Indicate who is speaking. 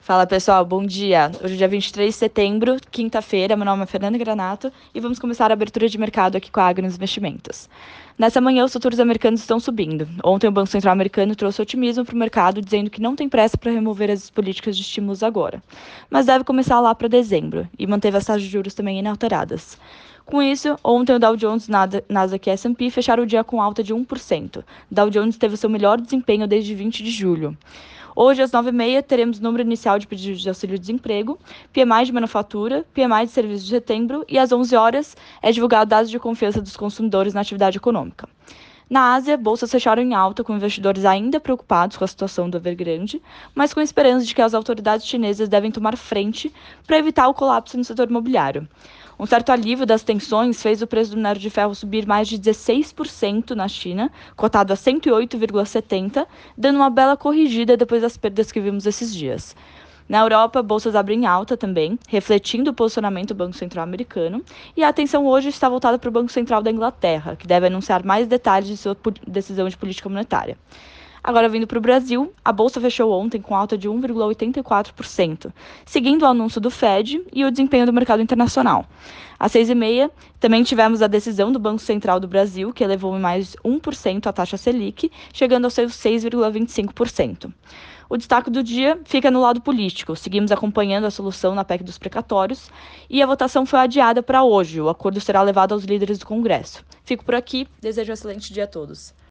Speaker 1: Fala pessoal, bom dia. Hoje é dia 23 de setembro, quinta-feira. Meu nome é Fernanda Granato e vamos começar a abertura de mercado aqui com a Agro nos Investimentos. Nessa manhã, os futuros americanos estão subindo. Ontem, o Banco Central americano trouxe otimismo para o mercado, dizendo que não tem pressa para remover as políticas de estímulos agora, mas deve começar lá para dezembro, e manteve as taxas de juros também inalteradas. Com isso, ontem o Dow Jones, Nasdaq e S&P fecharam o dia com alta de 1%. Dow Jones teve o seu melhor desempenho desde 20 de julho. Hoje, às 9h30, teremos número inicial de pedidos de auxílio-desemprego, PMI de manufatura, PMI de serviços de setembro e às 11 horas é divulgado dados de confiança dos consumidores na atividade econômica. Na Ásia, bolsas fecharam em alta, com investidores ainda preocupados com a situação do Evergrande, mas com esperança de que as autoridades chinesas devem tomar frente para evitar o colapso no setor imobiliário. Um certo alívio das tensões fez o preço do minério de ferro subir mais de 16% na China, cotado a 108,70, dando uma bela corrigida depois das perdas que vimos esses dias. Na Europa, bolsas abrem alta também, refletindo o posicionamento do Banco Central americano, e a atenção hoje está voltada para o Banco Central da Inglaterra, que deve anunciar mais detalhes de sua decisão de política monetária. Agora, vindo para o Brasil, a bolsa fechou ontem com alta de 1,84%, seguindo o anúncio do Fed e o desempenho do mercado internacional. Às 6h30, também tivemos a decisão do Banco Central do Brasil, que elevou em mais 1% a taxa Selic, chegando aos seus 6,25%. O destaque do dia fica no lado político. Seguimos acompanhando a solução na PEC dos precatórios e a votação foi adiada para hoje. O acordo será levado aos líderes do Congresso. Fico por aqui, desejo um excelente dia a todos.